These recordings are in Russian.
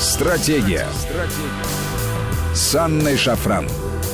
Стратегия. С Анной Шафран.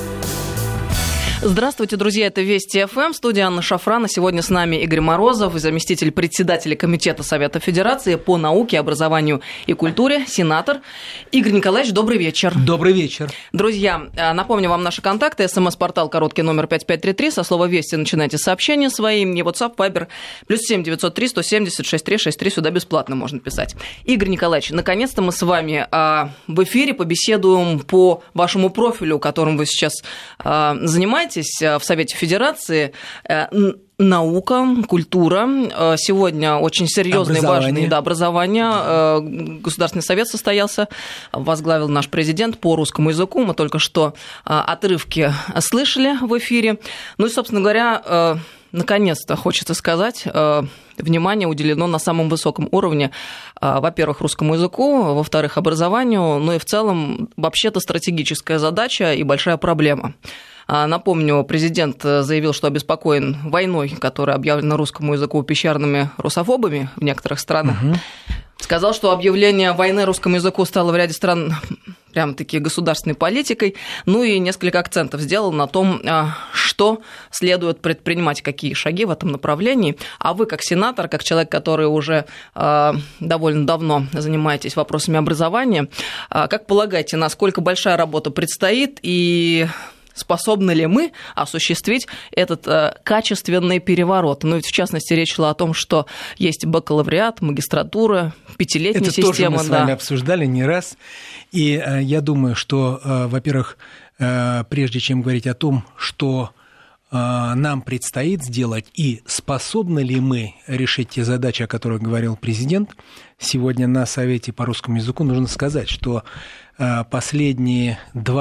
Здравствуйте, друзья, это Вести ФМ, студия Анна Шафран. Сегодня с нами Игорь Морозов, заместитель председателя Комитета Совета Федерации по науке, образованию и культуре, сенатор. Игорь Николаевич, добрый вечер. Добрый вечер. Друзья, напомню вам наши контакты. СМС-портал короткий номер 5533. Со слова «Вести» начинайте сообщения свои. И WhatsApp, Viber, +7 903 170 6363. Сюда бесплатно можно писать. Игорь Николаевич, наконец-то мы с вами в эфире побеседуем по вашему профилю, которым вы сейчас занимаетесь в Совете Федерации. Наука, культура. Сегодня очень серьезный, важный образование. Государственный совет состоялся, возглавил наш президент по русскому языку. Мы только что отрывки слышали в эфире. Ну и, собственно говоря, наконец-то, хочется сказать, внимание уделено на самом высоком уровне, во-первых, русскому языку, во-вторых, образованию, ну и в целом вообще-то стратегическая задача и большая проблема. Напомню, президент заявил, что обеспокоен войной, которая объявлена русскому языку пещерными русофобами в некоторых странах. Сказал, что объявление войны русскому языку стало в ряде стран прямо-таки государственной политикой. Ну и несколько акцентов сделал на том, что следует предпринимать, какие шаги в этом направлении. А вы, как сенатор, как человек, который уже довольно давно занимаетесь вопросами образования, как полагаете, насколько большая работа предстоит и способны ли мы осуществить этот качественный переворот? Ну, ведь в частности, речь шла о том, что есть бакалавриат, магистратура, пятилетняя система. Это тоже мы с вами обсуждали не раз. И я думаю, что, во-первых, прежде чем говорить о том, что нам предстоит сделать и способны ли мы решить те задачи, о которых говорил президент, сегодня на Совете по русскому языку нужно сказать, что последние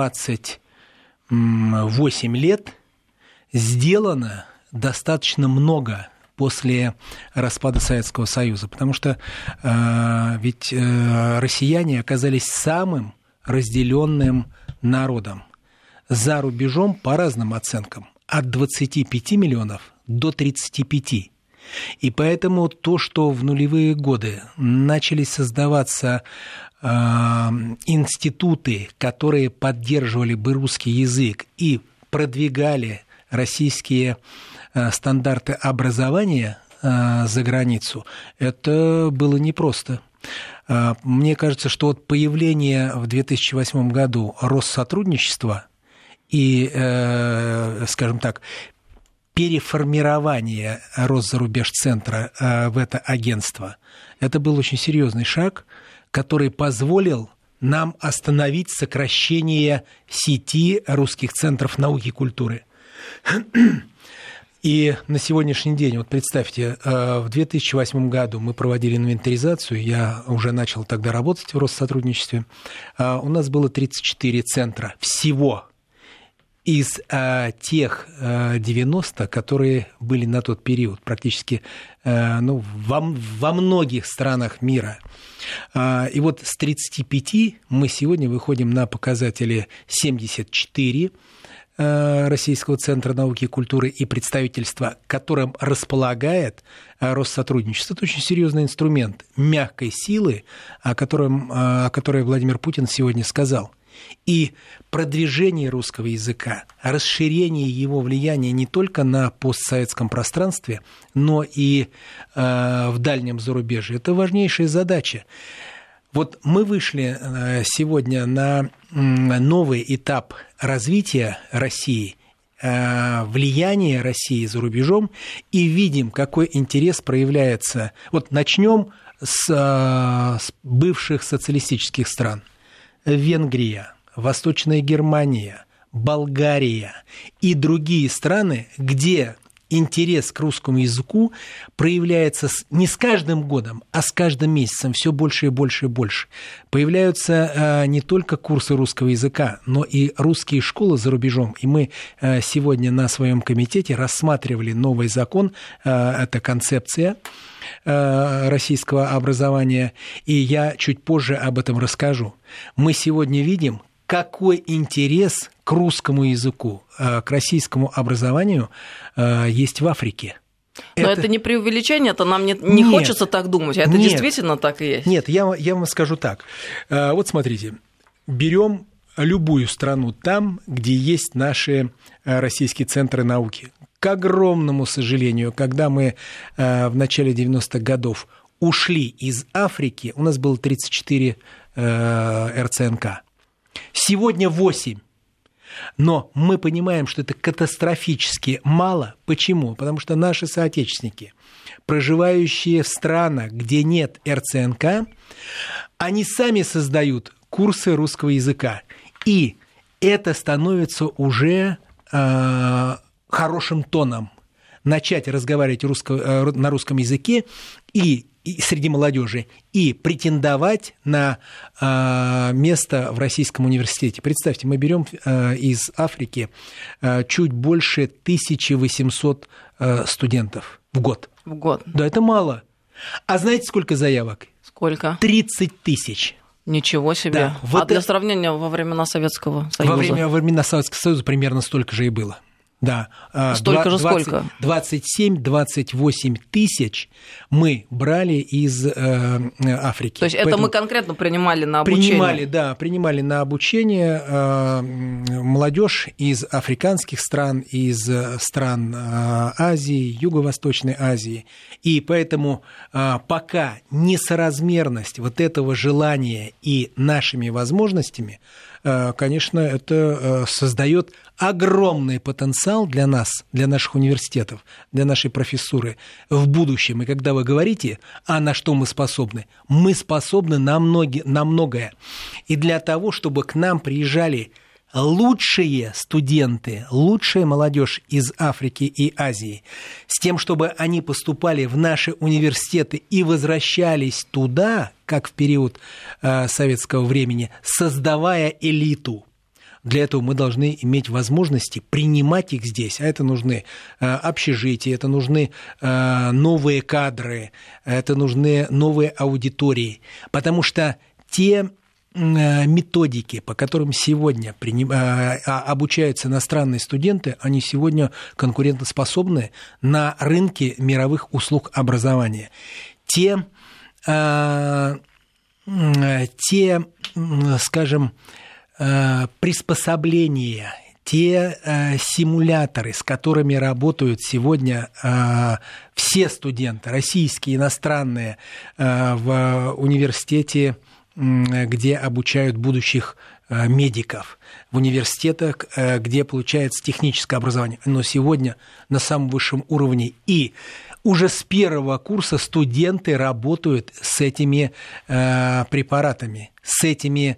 28 лет сделано достаточно много после распада Советского Союза, потому что ведь россияне оказались самым разделенным народом. За рубежом, по разным оценкам, от 25 миллионов до 35. И поэтому то, что в нулевые годы начали создаваться институты, которые поддерживали бы русский язык и продвигали российские стандарты образования за границу, это было непросто. Мне кажется, что вот появление в 2008 году Россотрудничества и, скажем так, переформирование Россзарубежцентра в это агентство, это был очень серьезный шаг, который позволил нам остановить сокращение сети русских центров науки и культуры. И на сегодняшний день, вот представьте, в 2008 году мы проводили инвентаризацию, я уже начал тогда работать в Россотрудничестве, у нас было 34 центра всего из тех 90, которые были на тот период, практически во многих странах мира. И вот с 35 мы сегодня выходим на показатели 74 Российского центра науки и культуры и представительства, которым располагает Россотрудничество. Это очень серьезный инструмент мягкой силы, о которой Владимир Путин сегодня сказал. И продвижение русского языка, расширение его влияния не только на постсоветском пространстве, но и в дальнем зарубежье – это важнейшая задача. Вот мы вышли сегодня на новый этап развития России, влияния России за рубежом, и видим, какой интерес проявляется. Вот начнем с бывших социалистических стран. Венгрия, Восточная Германия, Болгария и другие страны, где интерес к русскому языку проявляется не с каждым годом, а с каждым месяцем все больше и больше и больше. Появляются не только курсы русского языка, но и русские школы за рубежом. И мы сегодня на своем комитете рассматривали новый закон, это концепция российского образования, и я чуть позже об этом расскажу. Мы сегодня видим, какой интерес к русскому языку, к российскому образованию есть в Африке. Но это не преувеличение, это нам не хочется так думать, а это действительно так и есть. Нет, я вам скажу так. Вот смотрите, берем любую страну там, где есть наши российские центры науки. К огромному сожалению, когда мы в начале 90-х годов ушли из Африки, у нас было 34 РЦНК. Сегодня 8. Но мы понимаем, что это катастрофически мало. Почему? Потому что наши соотечественники, проживающие в странах, где нет РЦНК, они сами создают курсы русского языка. И это становится уже хорошим тоном. Начать разговаривать на русском языке и среди молодежи и претендовать на место в Российском университете. Представьте, мы берем из Африки чуть больше 1800 студентов в год. В год. Да, это мало. А знаете, сколько заявок? Сколько? 30 тысяч. Ничего себе. Да, для сравнения, во времена Советского Союза? Во времена Советского Союза примерно столько же и было. Да. Столько же сколько? 27-28 тысяч мы брали из Африки. То есть это мы конкретно принимали на обучение? Принимали на обучение молодежь из африканских стран, из стран Азии, Юго-Восточной Азии. И поэтому пока несоразмерность вот этого желания и нашими возможностями, конечно, это создает огромный потенциал для нас, для наших университетов, для нашей профессуры в будущем. И когда вы говорите, на что мы способны на многое. И для того, чтобы к нам приезжали лучшие студенты, лучшая молодежь из Африки и Азии, с тем, чтобы они поступали в наши университеты и возвращались туда, как в период советского времени, создавая элиту. Для этого мы должны иметь возможности принимать их здесь. А это нужны общежития, это нужны новые кадры, это нужны новые аудитории. Потому что те методики, по которым сегодня обучаются иностранные студенты, они сегодня конкурентоспособны на рынке мировых услуг образования. Те, скажем, приспособления, те симуляторы, с которыми работают сегодня все студенты, российские, иностранные, в университете, где обучают будущих медиков, в университетах, где получается техническое образование, но сегодня на самом высшем уровне. И уже с первого курса студенты работают с этими препаратами, с этими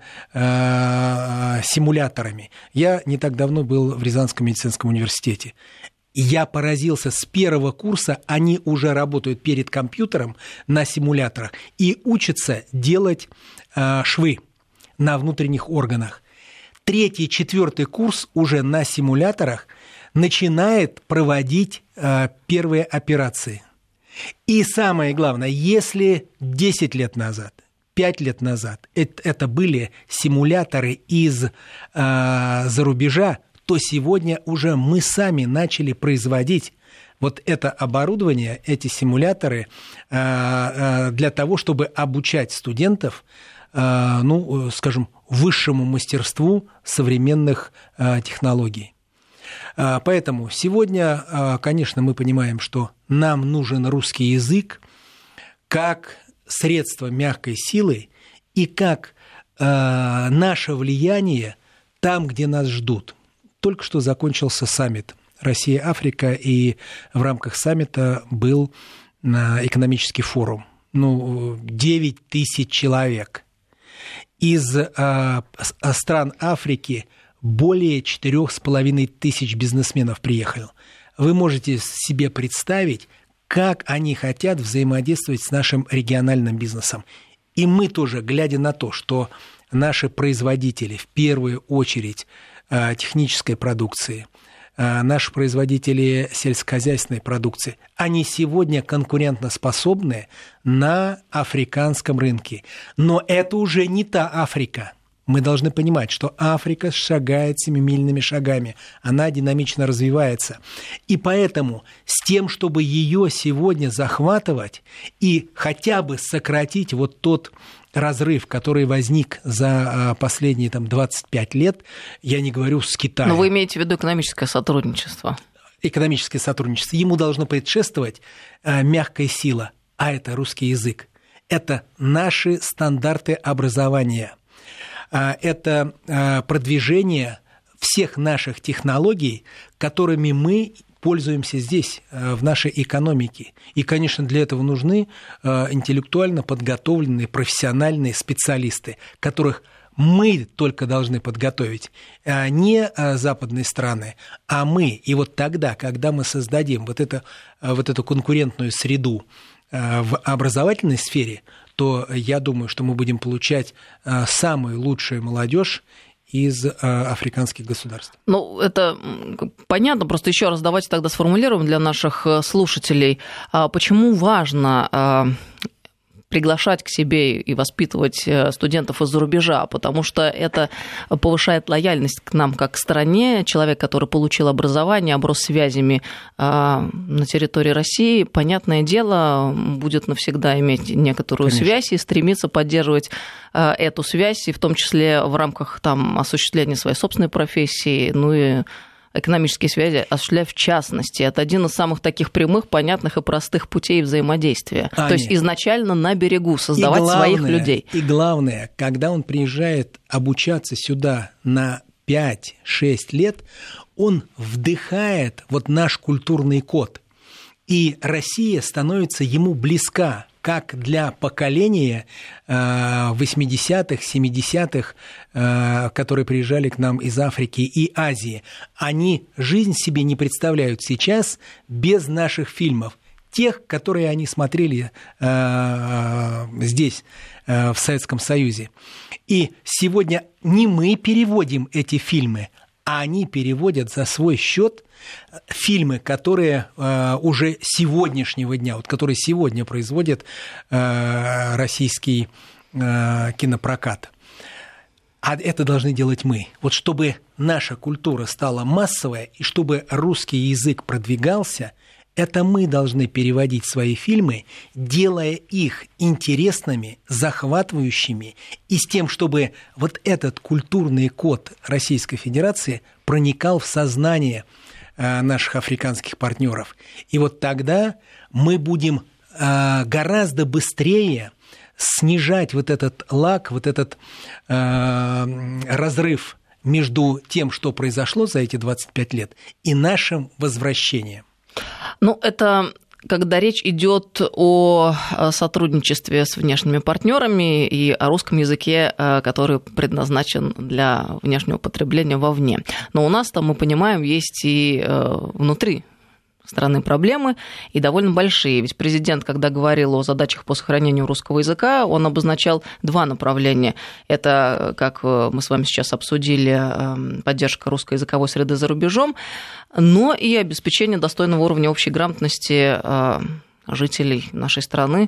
симуляторами. Я не так давно был в Рязанском медицинском университете. Я поразился, с первого курса они уже работают перед компьютером на симуляторах и учатся делать швы на внутренних органах. 3-й, 4-й курс уже на симуляторах начинает проводить первые операции. И самое главное, если 10 лет назад, 5 лет назад это были симуляторы из-за рубежа, то сегодня уже мы сами начали производить вот это оборудование, эти симуляторы для того, чтобы обучать студентов, скажем, высшему мастерству современных технологий. Поэтому сегодня, конечно, мы понимаем, что нам нужен русский язык как средство мягкой силы и как наше влияние там, где нас ждут. Только что закончился саммит Россия-Африка, и в рамках саммита был экономический форум. 9 тысяч человек. Из стран Африки более 4,5 тысяч бизнесменов приехало. Вы можете себе представить, как они хотят взаимодействовать с нашим региональным бизнесом. И мы тоже, глядя на то, что наши производители, в первую очередь технической продукции, наши производители сельскохозяйственной продукции, они сегодня конкурентоспособны на африканском рынке. Но это уже не та Африка. Мы должны понимать, что Африка шагает семимильными шагами, она динамично развивается. И поэтому с тем, чтобы ее сегодня захватывать и хотя бы сократить вот тот разрыв, который возник за последние 25 лет, я не говорю с Китаем. Но вы имеете в виду экономическое сотрудничество? Экономическое сотрудничество. Ему должно предшествовать мягкая сила, а это русский язык. Это наши стандарты образования. Это продвижение всех наших технологий, которыми мы пользуемся здесь, в нашей экономике. И, конечно, для этого нужны интеллектуально подготовленные профессиональные специалисты, которых мы только должны подготовить, не западные страны, а мы. И вот тогда, когда мы создадим вот эту конкурентную среду в образовательной сфере, то я думаю, что мы будем получать самую лучшую молодежь из африканских государств. Ну, это понятно, просто еще раз давайте тогда сформулируем для наших слушателей, почему важно приглашать к себе и воспитывать студентов из-за рубежа, потому что это повышает лояльность к нам как к стране. Человек, который получил образование, оброс связями на территории России, понятное дело, будет навсегда иметь некоторую Конечно. связь и стремиться поддерживать эту связь, и в том числе в рамках осуществления своей собственной профессии, ну и экономические связи осуществлять в частности. Это один из самых таких прямых, понятных и простых путей взаимодействия. Аня, то есть изначально на берегу создавать своих людей. И главное, когда он приезжает обучаться сюда на 5-6 лет, он вдыхает вот наш культурный код. И Россия становится ему близка, как для поколения 80-х, 70-х, которые приезжали к нам из Африки и Азии. Они жизнь себе не представляют сейчас без наших фильмов, тех, которые они смотрели здесь, в Советском Союзе. И сегодня не мы переводим эти фильмы, а они переводят за свой счет фильмы, которые уже сегодняшнего дня, вот которые сегодня производит российский кинопрокат. А это должны делать мы. Вот чтобы наша культура стала массовой, и чтобы русский язык продвигался, это мы должны переводить свои фильмы, делая их интересными, захватывающими, и с тем, чтобы вот этот культурный код Российской Федерации проникал в сознание наших африканских партнеров. И вот тогда мы будем гораздо быстрее снижать вот этот лаг, вот этот разрыв между тем, что произошло за эти 25 лет, и нашим возвращением. Ну, это когда речь идет о сотрудничестве с внешними партнерами и о русском языке, который предназначен для внешнего потребления вовне. Но у нас там, мы понимаем, есть и внутри страны проблемы, и довольно большие. Ведь президент, когда говорил о задачах по сохранению русского языка, он обозначал два направления. Это, как мы с вами сейчас обсудили, поддержка русскоязыковой среды за рубежом, но и обеспечение достойного уровня общей грамотности жителей нашей страны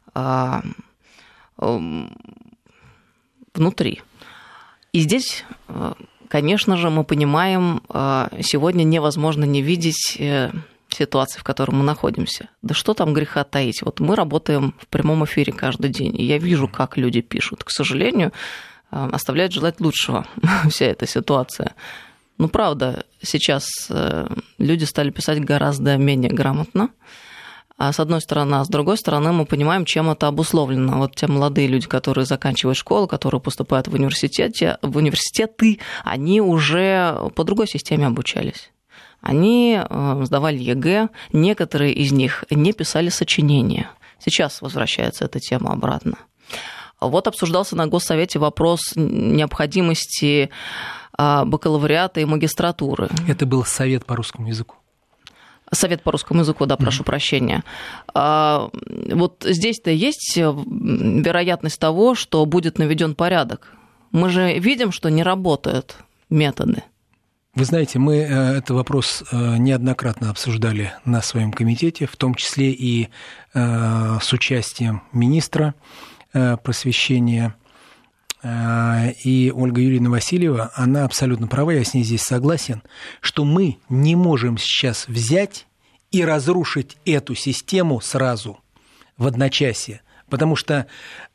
внутри. И здесь, конечно же, мы понимаем, сегодня невозможно не видеть ситуации, в которой мы находимся. Да что там греха таить? Вот мы работаем в прямом эфире каждый день, и я вижу, как люди пишут. К сожалению, оставляет желать лучшего вся эта ситуация. Ну, правда, сейчас люди стали писать гораздо менее грамотно, с одной стороны, а с другой стороны мы понимаем, чем это обусловлено. Вот те молодые люди, которые заканчивают школу, которые поступают в университеты, они уже по другой системе обучались. Они сдавали ЕГЭ, некоторые из них не писали сочинения. Сейчас возвращается эта тема обратно. Вот обсуждался на Госсовете вопрос необходимости бакалавриата и магистратуры. Это был совет по русскому языку. Совет по русскому языку, да, прошу прощения. Вот здесь-то есть вероятность того, что будет наведен порядок. Мы же видим, что не работают методы. Вы знаете, мы этот вопрос неоднократно обсуждали на своем комитете, в том числе и с участием министра просвещения и Ольга Юрьевна Васильева, она абсолютно права, я с ней здесь согласен, что мы не можем сейчас взять и разрушить эту систему сразу, в одночасье, потому что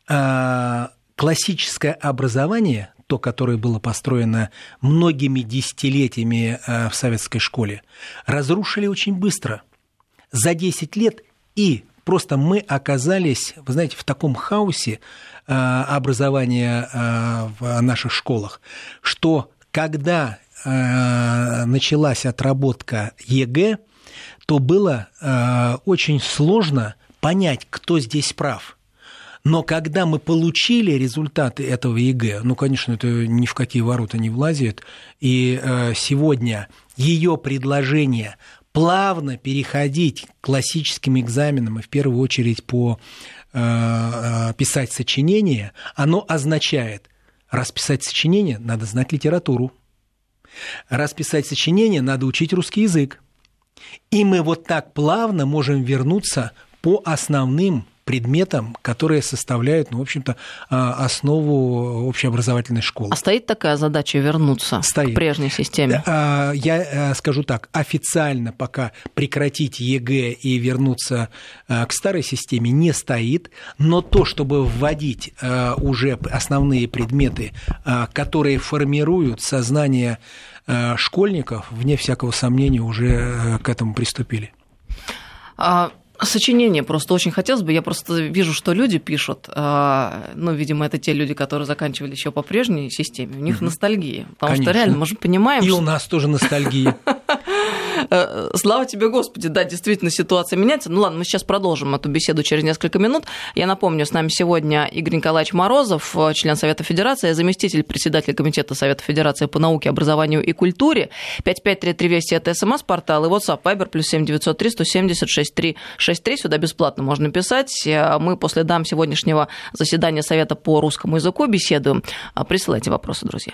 классическое образование, то, которое было построено многими десятилетиями в советской школе, разрушили очень быстро, за 10 лет, и просто мы оказались, вы знаете, в таком хаосе образования в наших школах, что когда началась отработка ЕГЭ, то было очень сложно понять, кто здесь прав. Но когда мы получили результаты этого ЕГЭ, ну, конечно, это ни в какие ворота не влазит, и сегодня ее предложение плавно переходить к классическим экзаменам, и в первую очередь по писать сочинение, оно означает, раз писать сочинение, надо знать литературу, раз писать сочинение, надо учить русский язык. И мы вот так плавно можем вернуться по основным предметам, которые составляют, ну, в общем-то, основу общеобразовательной школы. А стоит такая задача вернуться к прежней системе? Я скажу так, официально пока прекратить ЕГЭ и вернуться к старой системе не стоит, но то, чтобы вводить уже основные предметы, которые формируют сознание школьников, вне всякого сомнения, уже к этому приступили. Сочинение просто очень хотелось бы. Я просто вижу, что люди пишут, ну, видимо, это те люди, которые заканчивали еще по прежней системе, у них ностальгия. Потому Конечно. Что реально мы же понимаем... И у нас тоже ностальгия. Слава тебе, Господи, да, действительно ситуация меняется. Ну ладно, мы сейчас продолжим эту беседу через несколько минут. Я напомню, с нами сегодня Игорь Николаевич Морозов, член Совета Федерации, заместитель председателя Комитета Совета Федерации по науке, образованию и культуре. 5533 Вести — это СМС-портал, и WhatsApp, Viber, +7 903 176 363. Сюда бесплатно можно писать. Мы после дам сегодняшнего заседания Совета по русскому языку беседуем. Присылайте вопросы, друзья.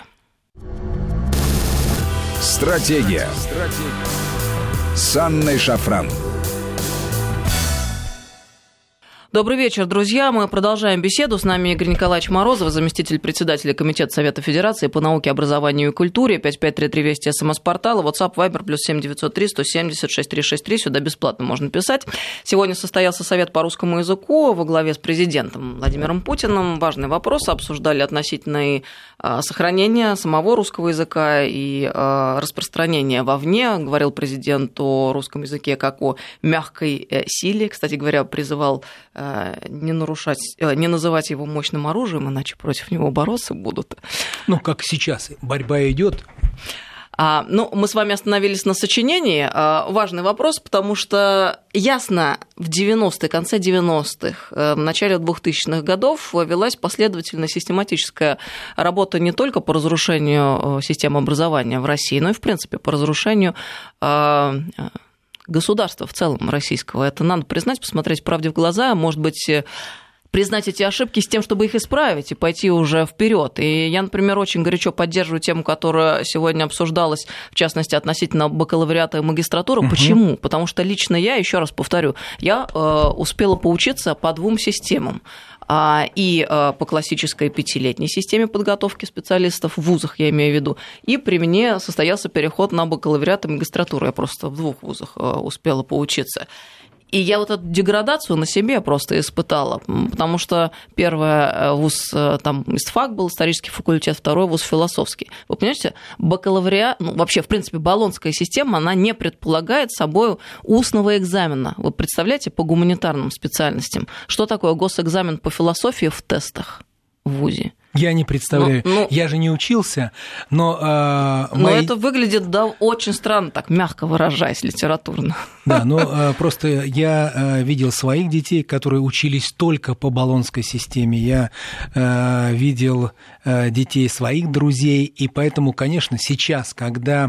Стратегия. С Анной Шафран. Добрый вечер, друзья. Мы продолжаем беседу. С нами Игорь Николаевич Морозов, заместитель председателя Комитета Совета Федерации по науке, образованию и культуре. 5533 Вести, СМС-портала, WhatsApp, Viber, +7 903 176 363. Сюда бесплатно можно писать. Сегодня состоялся Совет по русскому языку во главе с президентом Владимиром Путиным. Важные вопросы обсуждали относительно и сохранения самого русского языка и распространения вовне. Говорил президент о русском языке как о мягкой силе. Кстати говоря, призывал не называть его мощным оружием, иначе против него бороться будут. Ну, как сейчас, борьба идет. Ну, мы с вами остановились на сочинении. Важный вопрос, потому что ясно, в 90-е, конце 90-х, в начале 2000-х годов велась последовательная систематическая работа не только по разрушению системы образования в России, но и, в принципе, по разрушению государства в целом российского. Это надо признать, посмотреть правде в глаза, может быть, признать эти ошибки с тем, чтобы их исправить и пойти уже вперед. И я, например, очень горячо поддерживаю тему, которая сегодня обсуждалась, в частности, относительно бакалавриата и магистратуры. Почему? Потому что лично я, еще раз повторю, я успела поучиться по двум системам. И по классической 5-летней системе подготовки специалистов в вузах, я имею в виду, и при мне состоялся переход на бакалавриат и магистратуру. Я просто в 2 вузах успела поучиться. И я вот эту деградацию на себе просто испытала, потому что первый вуз, там, ИСТФАК был, исторический факультет, второй вуз философский. Вы понимаете, бакалавриат, ну, вообще, в принципе, болонская система, она не предполагает собой устного экзамена. Вы представляете, по гуманитарным специальностям, что такое госэкзамен по философии в тестах в вузе? Я не представляю. Я же не учился, но... Но это выглядит, да, очень странно, так мягко выражаясь литературно. Да, но просто я видел своих детей, которые учились только по болонской системе. Я видел детей своих друзей, и поэтому, конечно, сейчас, когда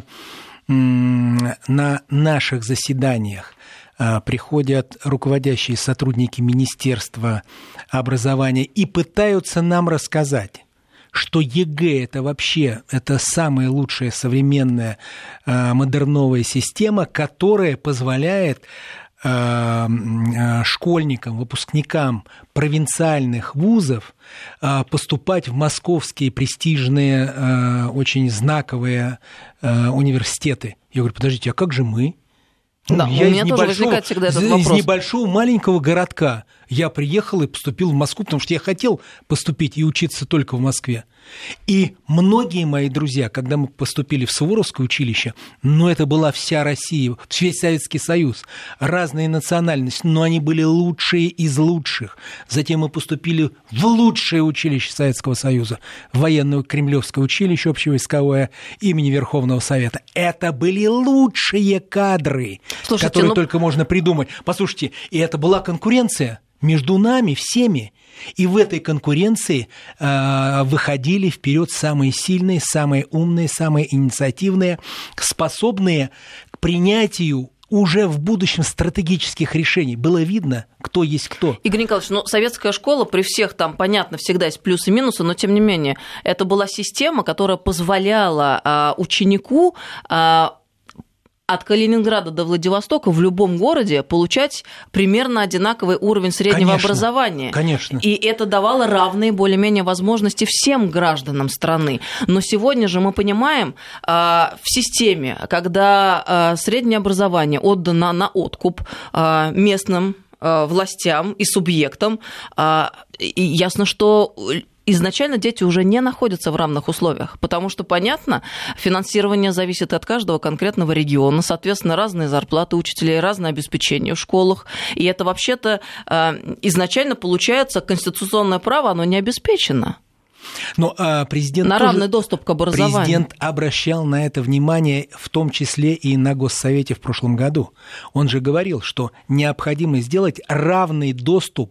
на наших заседаниях приходят руководящие сотрудники Министерства образования и пытаются нам рассказать, что ЕГЭ – это вообще самая лучшая современная модерновая система, которая позволяет школьникам, выпускникам провинциальных вузов поступать в московские престижные, очень знаковые университеты. Я говорю, подождите, а как же мы? Да, у меня тоже возникает всегда этот вопрос. Из небольшого маленького городка я приехал и поступил в Москву, потому что я хотел поступить и учиться только в Москве. И многие мои друзья, когда мы поступили в Суворовское училище, это была вся Россия, весь Советский Союз, разные национальности, но они были лучшие из лучших. Затем мы поступили в лучшее училище Советского Союза, военное Кремлевское училище общевойсковое имени Верховного Совета. Это были лучшие кадры, которые только можно придумать. Послушайте, и это была конкуренция между нами всеми. И в этой конкуренции выходили вперед самые сильные, самые умные, самые инициативные, способные к принятию уже в будущем стратегических решений. Было видно, кто есть кто. Игорь Николаевич, советская школа, при всех там, понятно, всегда есть плюсы и минусы, но тем не менее, это была система, которая позволяла ученику от Калининграда до Владивостока в любом городе получать примерно одинаковый уровень среднего образования. Конечно. И это давало равные более-менее возможности всем гражданам страны. Но сегодня же мы понимаем, в системе, когда среднее образование отдано на откуп местным властям и субъектам, и ясно, что изначально дети уже не находятся в равных условиях, потому что, понятно, финансирование зависит от каждого конкретного региона, соответственно, разные зарплаты учителей, разное обеспечение в школах, и это вообще-то изначально получается конституционное право, оно не обеспечено. Но президент на равный доступ к образованию. Президент обращал на это внимание, в том числе и на Госсовете в прошлом году. Он же говорил, что необходимо сделать равный доступ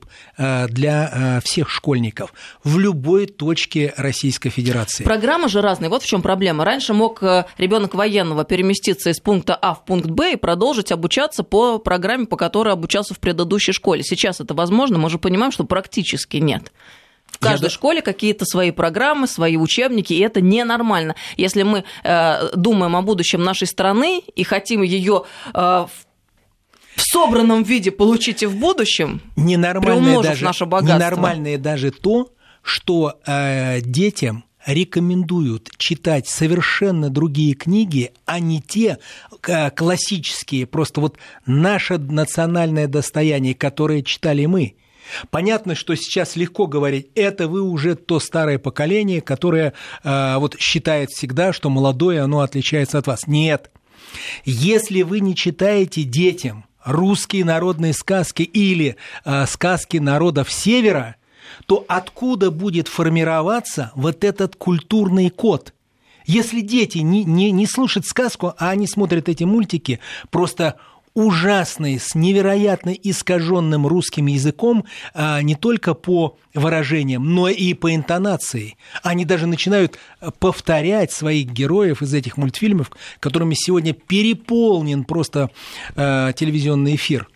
для всех школьников в любой точке Российской Федерации. Программы же разные. Вот в чем проблема. Раньше мог ребенок военного переместиться из пункта А в пункт Б и продолжить обучаться по программе, по которой обучался в предыдущей школе. Сейчас это возможно, мы же понимаем, что практически нет. В каждой школе какие-то свои программы, свои учебники, и это ненормально. Если мы думаем о будущем нашей страны и хотим ее в собранном виде получить и в будущем, приумножив наше богатство. Ненормальное даже то, что детям рекомендуют читать совершенно другие книги, а не те классические, просто вот наше национальное достояние, которые читали мы. Понятно, что сейчас легко говорить, это вы уже то старое поколение, которое считает всегда, что молодое, оно отличается от вас. Нет. Если вы не читаете детям русские народные сказки или сказки народов Севера, то откуда будет формироваться вот этот культурный код? Если дети не слушают сказку, а они смотрят эти мультики, просто ужасные, с невероятно искаженным русским языком, не только по выражениям, но и по интонации. Они даже начинают повторять своих героев из этих мультфильмов, которыми сегодня переполнен просто телевизионный эфир.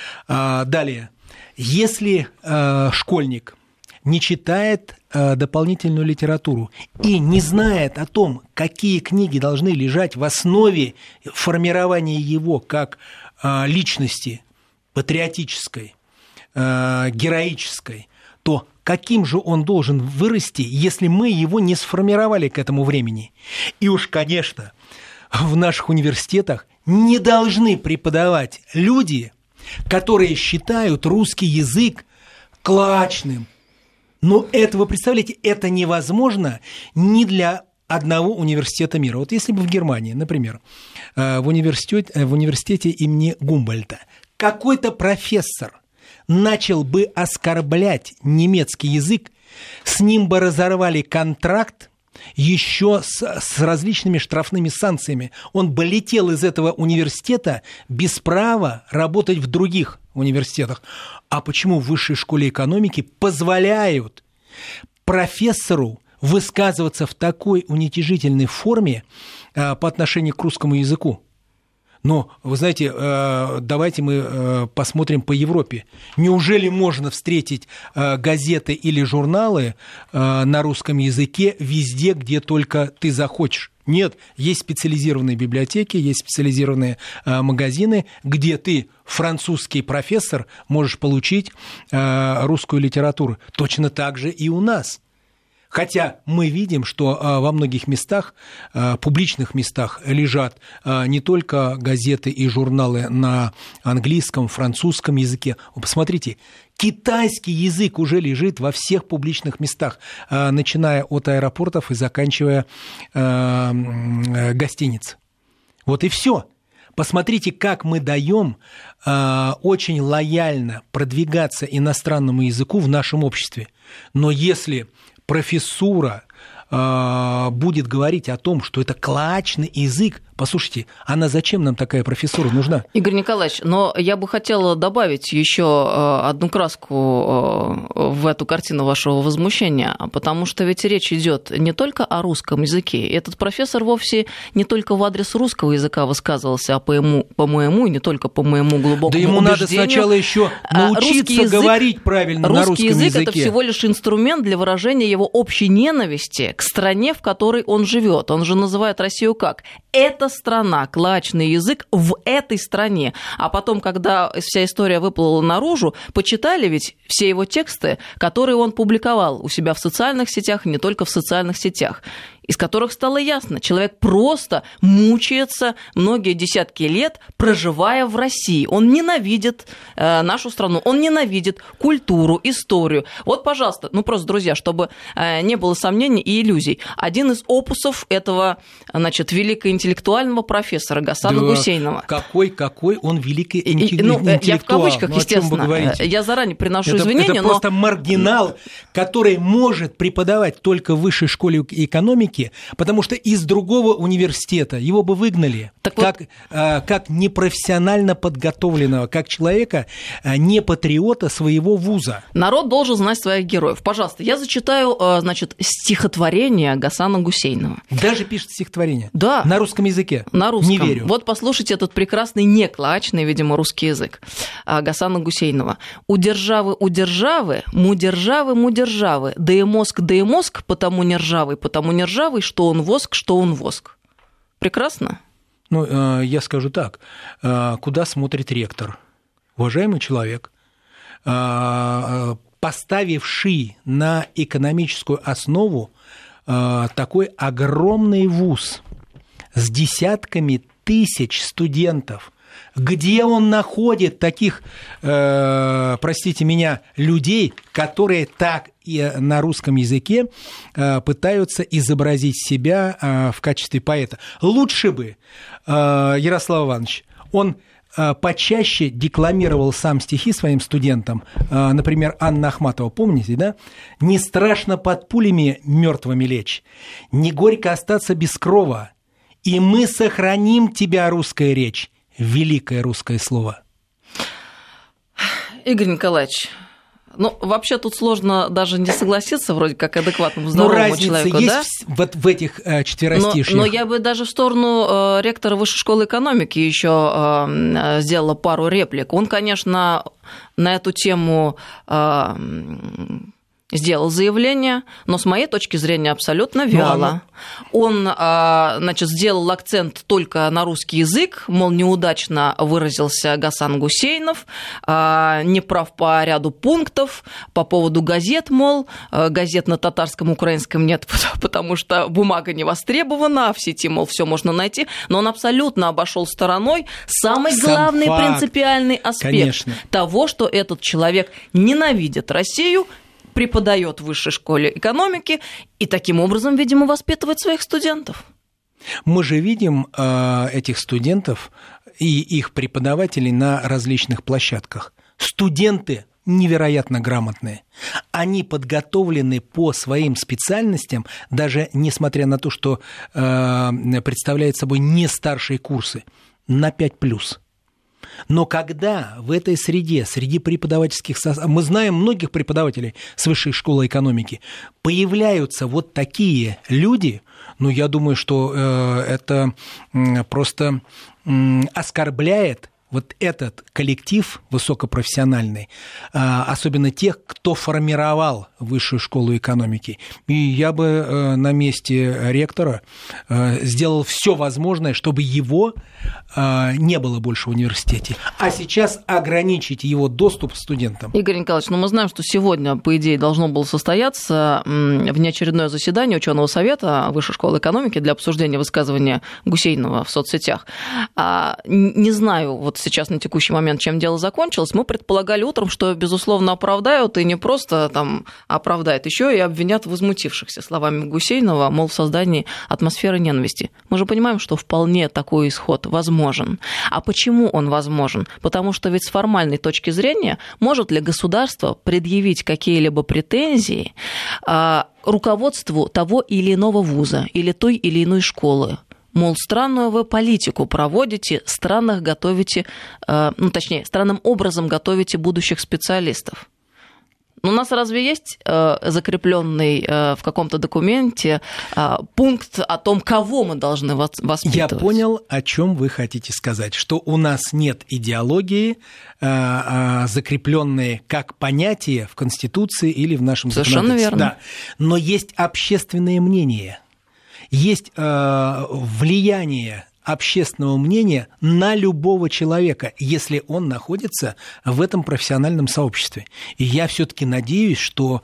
Далее. Если школьник не читает дополнительную литературу и не знает о том, какие книги должны лежать в основе формирования его как личности патриотической, героической, то каким же он должен вырасти, если мы его не сформировали к этому времени? И уж, конечно, в наших университетах не должны преподавать люди, которые считают русский язык клачным. Но это, вы представляете, это невозможно ни для одного университета мира. Вот если бы в Германии, например, в университете имени Гумбольдта какой-то профессор начал бы оскорблять немецкий язык, с ним бы разорвали контракт еще с различными штрафными санкциями. Он бы летел из этого университета без права работать в других университетах. А почему в высшей школе экономики позволяют профессору высказываться в такой уничижительной форме по отношению к русскому языку? Но, вы знаете, давайте мы посмотрим по Европе. Неужели можно встретить газеты или журналы на русском языке везде, где только ты захочешь? Нет, есть специализированные библиотеки, есть специализированные магазины, где ты, французский профессор, можешь получить русскую литературу. Точно так же и у нас. Хотя мы видим, что во многих местах, публичных местах, лежат не только газеты и журналы на английском, французском языке. Вы посмотрите, китайский язык уже лежит во всех публичных местах, начиная от аэропортов и заканчивая гостиниц. Вот и все. Посмотрите, как мы даем очень лояльно продвигаться иностранному языку в нашем обществе. Но если профессура будет говорить о том, что это клоачный язык, послушайте, зачем нам такая профессура нужна? Игорь Николаевич, но я бы хотела добавить еще одну краску в эту картину вашего возмущения, потому что ведь речь идет не только о русском языке. Этот профессор вовсе не только в адрес русского языка высказывался, а по моему и не только по моему глубокому убеждению. Да ему надо сначала еще научиться говорить правильно на русском языке. Русский язык – это всего лишь инструмент для выражения его общей ненависти к стране, в которой он живет. Он же называет Россию как? Это страна, клоачный язык в этой стране. А потом, когда вся история выплыла наружу, почитали ведь все его тексты, которые он публиковал у себя в социальных сетях, и не только в социальных сетях, из которых стало ясно, человек просто мучается многие десятки лет, проживая в России. Он ненавидит нашу страну, он ненавидит культуру, историю. Вот, пожалуйста, просто, друзья, чтобы не было сомнений и иллюзий. Один из опусов этого, великоинтеллектуального профессора Гасана Гусейнова. Какой он великоинтеллектуал? Я в кавычках, естественно. Я заранее приношу извинения. Это просто маргинал, который может преподавать только в высшей школе экономики, потому что из другого университета его бы выгнали как непрофессионально подготовленного, как человека, не патриота своего вуза. Народ должен знать своих героев. Пожалуйста, я зачитаю, стихотворение Гасана Гусейнова. Даже пишет стихотворение? Да. На русском языке? На русском. Не верю. Вот послушайте этот прекрасный, не клоачный, видимо, русский язык Гасана Гусейнова. «У державы, мудержавы, да и мозг, потому не ржавый, что он воск. Прекрасно? Я скажу так. Куда смотрит ректор? Уважаемый человек, поставивший на экономическую основу такой огромный вуз с десятками тысяч студентов, где он находит таких, простите меня, людей, которые так и на русском языке пытаются изобразить себя в качестве поэта. Лучше бы, Ярослав Иванович, он почаще декламировал сам стихи своим студентам. Например, Анна Ахматова, помните, да? «Не страшно под пулями мертвыми лечь, не горько остаться без крова, и мы сохраним тебя, русская речь, великое русское слово». Игорь Николаевич, вообще тут сложно даже не согласиться, вроде как адекватному, здоровому человеку, да? Разница есть вот в этих четверостишьях. Но я бы даже в сторону ректора Высшей школы экономики еще сделала пару реплик. Он, конечно, на эту тему сделал заявление, но с моей точки зрения абсолютно вяло. Он, сделал акцент только на русский язык, мол, неудачно выразился Гасан Гусейнов, не прав по ряду пунктов, по поводу газет, мол, газет на татарском, украинском нет, потому что бумага не востребована, а в сети, мол, все можно найти, но он абсолютно обошел стороной самый главный принципиальный аспект того, что этот человек ненавидит Россию, преподает в Высшей школе экономики и таким образом, видимо, воспитывает своих студентов. Мы же видим этих студентов и их преподавателей на различных площадках. Студенты невероятно грамотные. Они подготовлены по своим специальностям, даже несмотря на то, что представляют собой не старшие курсы, на 5+. Но когда в этой среде, среди преподавательских составов, мы знаем многих преподавателей с Высшей школы экономики, появляются вот такие люди, я думаю, что это просто оскорбляет вот этот коллектив высокопрофессиональный, особенно тех, кто формировал Высшую школу экономики. И я бы на месте ректора сделал все возможное, чтобы его не было больше в университете. А сейчас ограничить его доступ к студентам. Игорь Николаевич, мы знаем, что сегодня, по идее, должно было состояться внеочередное заседание ученого совета Высшей школы экономики для обсуждения высказывания Гусейнова в соцсетях. Не знаю вот сейчас на текущий момент, чем дело закончилось. Мы предполагали утром, что, безусловно, оправдают, и не просто там оправдают, еще и обвинят возмутившихся словами Гусейнова, мол, в создании атмосферы ненависти. Мы же понимаем, что вполне такой исход возможен. А почему он возможен? Потому что ведь с формальной точки зрения может ли государство предъявить какие-либо претензии руководству того или иного вуза или той или иной школы? Мол, странную вы политику проводите, странным образом готовите будущих специалистов. У нас разве есть закрепленный в каком-то документе пункт о том, кого мы должны воспитывать? Я понял, о чем вы хотите сказать, что у нас нет идеологии, закрепленной как понятие в Конституции или в нашем законодательстве. Совершенно верно. Да. Но есть общественное мнение, есть влияние общественного мнения на любого человека, если он находится в этом профессиональном сообществе. И я все-таки надеюсь, что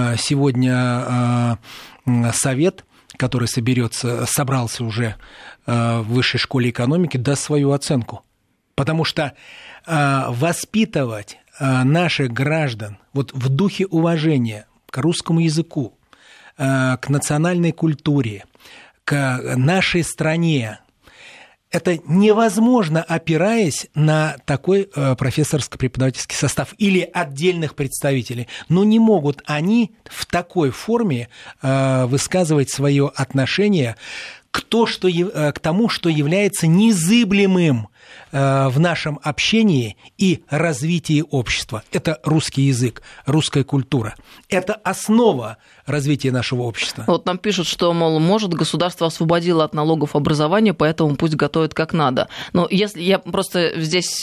сегодня совет, который собрался уже в Высшей школе экономики, даст свою оценку. Потому что воспитывать наших граждан вот в духе уважения к русскому языку, к национальной культуре, к нашей стране, это невозможно, опираясь на такой профессорско-преподавательский состав или отдельных представителей. Но не могут они в такой форме высказывать свое отношение к тому, что является незыблемым в нашем общении и развитии общества. Это русский язык, русская культура. Это основа развития нашего общества. Вот нам пишут, что, мол, может, государство освободило от налогов образование, поэтому пусть готовят как надо. Но если я просто здесь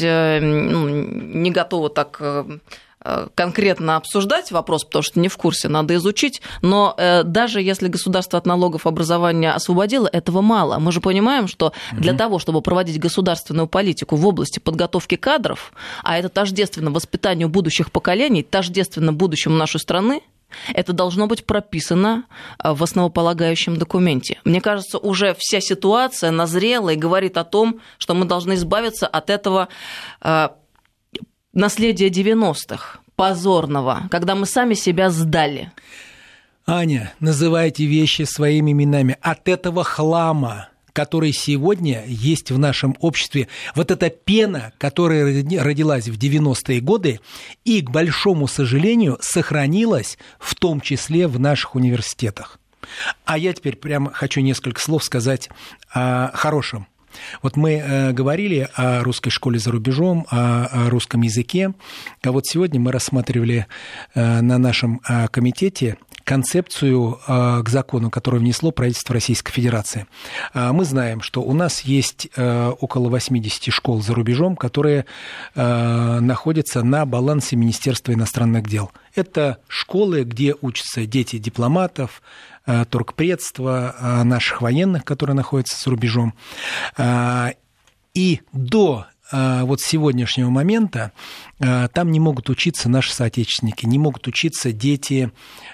не готова так конкретно обсуждать вопрос, потому что не в курсе, надо изучить, но даже если государство от налогов образования освободило, этого мало. Мы же понимаем, что для того, чтобы проводить государственную политику в области подготовки кадров, а это тождественно воспитанию будущих поколений, тождественно будущему нашей страны, это должно быть прописано в основополагающем документе. Мне кажется, уже вся ситуация назрела и говорит о том, что мы должны избавиться от этого наследия 90-х, позорного, когда мы сами себя сдали. Аня, называйте вещи своими именами. От этого хлама, который сегодня есть в нашем обществе, вот эта пена, которая родилась в 90-е годы и, к большому сожалению, сохранилась в том числе в наших университетах. А я теперь прямо хочу несколько слов сказать о хорошем. Вот мы говорили о русской школе за рубежом, о русском языке. А вот сегодня мы рассматривали на нашем комитете концепцию к закону, которую внесло правительство Российской Федерации. Мы знаем, что у нас есть около 80 школ за рубежом, которые находятся на балансе Министерства иностранных дел. Это школы, где учатся дети дипломатов, торгпредства, наших военных, которые находятся за рубежом. И до вот сегодняшнего момента там не могут учиться наши соотечественники, не могут учиться дети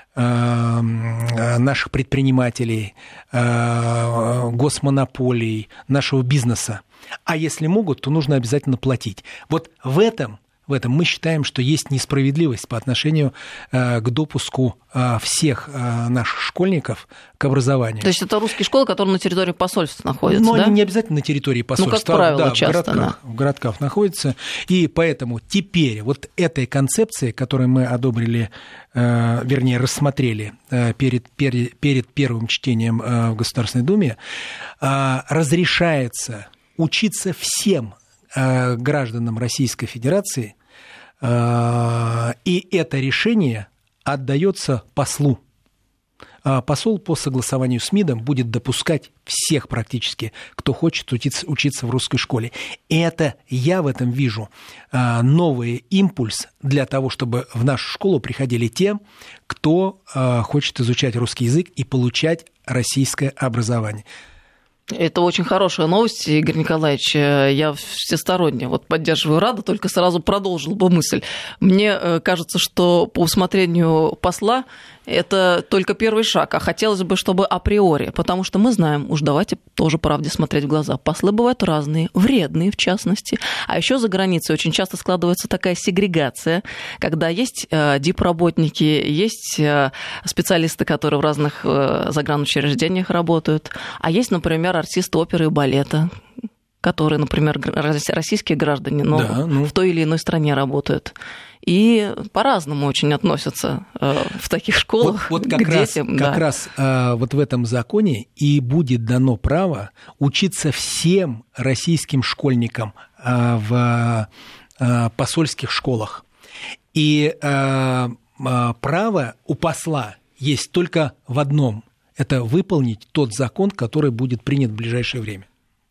наших предпринимателей, госмонополий, нашего бизнеса. А если могут, то нужно обязательно платить. Вот в этом мы считаем, что есть несправедливость по отношению к допуску всех наших школьников к образованию. То есть это русские школы, которые на территории посольства находятся, да? Они не обязательно на территории посольства. Как правило, часто, в городках находятся. И поэтому теперь вот этой концепцией, которую мы одобрили, вернее, рассмотрели перед первым чтением в Государственной Думе, разрешается учиться всем гражданам Российской Федерации, и это решение отдается послу посол по согласованию с МИДом будет допускать всех практически, кто хочет учиться в русской школе. И я в этом вижу новый импульс для того, чтобы в нашу школу приходили те, кто хочет изучать русский язык и получать российское образование. Это очень хорошая новость, Игорь Николаевич. Я всесторонне поддерживаю, рада, только сразу продолжил бы мысль. Мне кажется, что по усмотрению посла это только первый шаг, а хотелось бы, чтобы априори, потому что мы знаем, уж давайте тоже правде смотреть в глаза, послы бывают разные, вредные в частности, а еще за границей очень часто складывается такая сегрегация, когда есть дипработники, есть специалисты, которые в разных загранучреждениях работают, а есть, например, артисты оперы и балета, которые, например, российские граждане, но в той или иной стране работают. И по-разному очень относятся в таких школах к детям. Как раз вот в этом законе и будет дано право учиться всем российским школьникам в посольских школах. И право у посла есть только в одном – это выполнить тот закон, который будет принят в ближайшее время.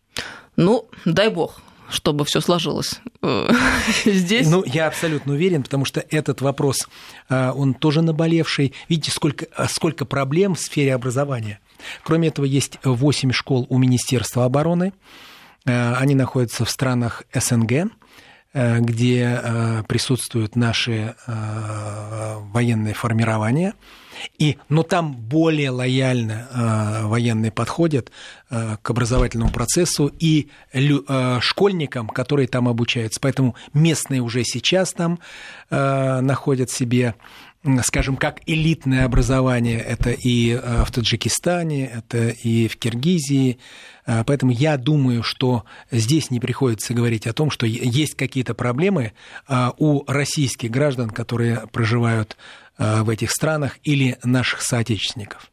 Дай бог, чтобы все сложилось здесь. Я абсолютно уверен, потому что этот вопрос, он тоже наболевший. Видите, сколько проблем в сфере образования. Кроме этого, есть 8 школ у Министерства обороны. Они находятся в странах СНГ, где присутствуют наши военные формирования. Но там более лояльно военные подходят к образовательному процессу и школьникам, которые там обучаются. Поэтому местные уже сейчас там находят себе, скажем, как элитное образование. Это и в Таджикистане, это и в Киргизии. Поэтому я думаю, что здесь не приходится говорить о том, что есть какие-то проблемы у российских граждан, которые проживают в этих странах, или наших соотечественников.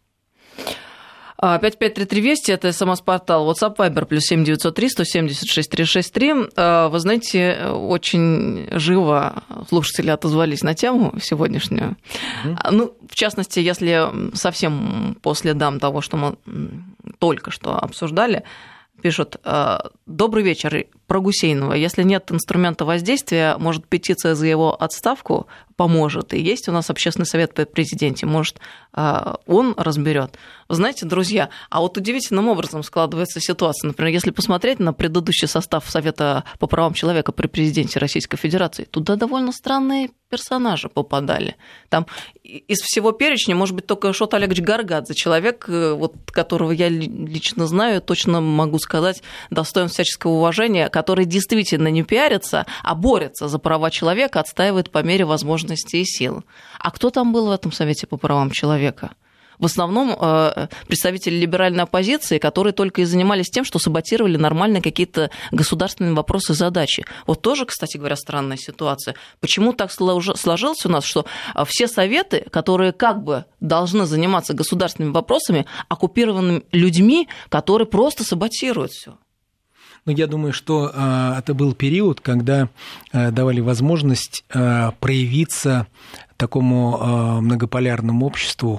553320, это СМС-портал, WhatsApp, Viber, +7 903 176 363. Вы знаете, очень живо слушатели отозвались на тему сегодняшнюю. В частности, если совсем по следам того, что мы только что обсуждали, пишут: «Добрый вечер, про Гусейнова. Если нет инструмента воздействия, может, петиция за его отставку поможет. И есть у нас общественный совет при президенте. Может, он разберет». Вы знаете, друзья, а удивительным образом складывается ситуация. Например, если посмотреть на предыдущий состав Совета по правам человека при президенте Российской Федерации, туда довольно странные персонажи попадали. Там из всего перечня, может быть, только Шот Олегович Гаргадзе, человек, которого я лично знаю, точно могу сказать, достоин всяческого уважения, который действительно не пиарится, а борется за права человека, отстаивает по мере возможностей и сил. А кто там был в этом Совете по правам человека? В основном представители либеральной оппозиции, которые только и занимались тем, что саботировали нормально какие-то государственные вопросы и задачи. Тоже, кстати говоря, странная ситуация. Почему так сложилось у нас, что все советы, которые как бы должны заниматься государственными вопросами, оккупированы людьми, которые просто саботируют все? Я думаю, что это был период, когда давали возможность проявиться такому многополярному обществу,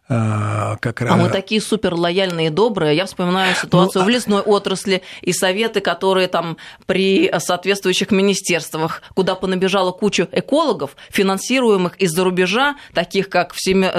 мы такие супер лояльные и добрые. Я вспоминаю ситуацию в лесной отрасли и советы, которые там при соответствующих министерствах, куда понабежала куча экологов, финансируемых из-за рубежа, таких как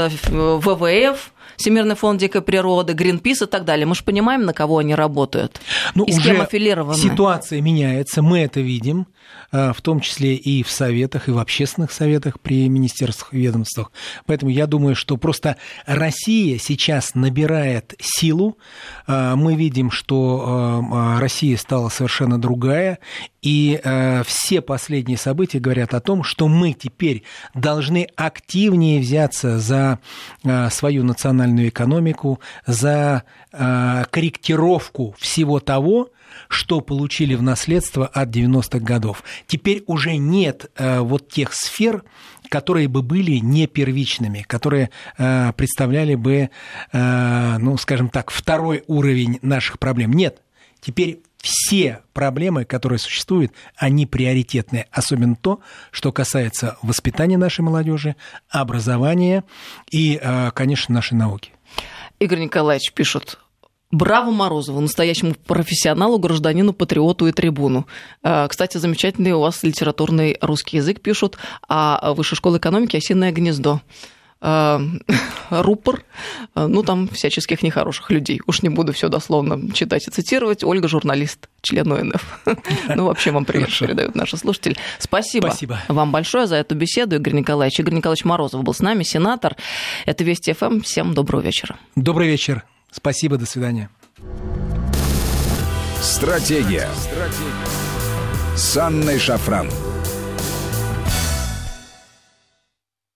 ВВФ, Всемирный фонд дикой природы, Гринпис и так далее. Мы же понимаем, на кого они работают и с кем аффилированы. Ситуация меняется, мы это видим, в том числе и в советах, и в общественных советах при министерствах и ведомствах. Поэтому я думаю, что просто Россия сейчас набирает силу. Мы видим, что Россия стала совершенно другая, и все последние события говорят о том, что мы теперь должны активнее взяться за свою национальную экономику, за корректировку всего того, что получили в наследство от 90-х годов. Теперь уже нет тех сфер, которые бы были не первичными, которые представляли бы, скажем так, второй уровень наших проблем. Нет, теперь все проблемы, которые существуют, они приоритетные. Особенно то, что касается воспитания нашей молодежи, образования и, конечно, нашей науки. Игорь Николаевич пишет: браво Морозову, настоящему профессионалу, гражданину, патриоту и трибуну. Кстати, замечательный у вас литературный русский язык, пишут, а Высшая школа экономики «Осиное гнездо». Рупор, ну, там всяческих нехороших людей. Уж не буду все дословно читать и цитировать. Ольга, журналист, член ОНФ. Ну, вообще вам привет передают наши слушатели. Спасибо вам большое за эту беседу, Игорь Николаевич. Игорь Николаевич Морозов был с нами, сенатор. Это Вести ФМ. Всем доброго вечера. Добрый вечер. Спасибо, до свидания. Стратегия. С Анной Шафран.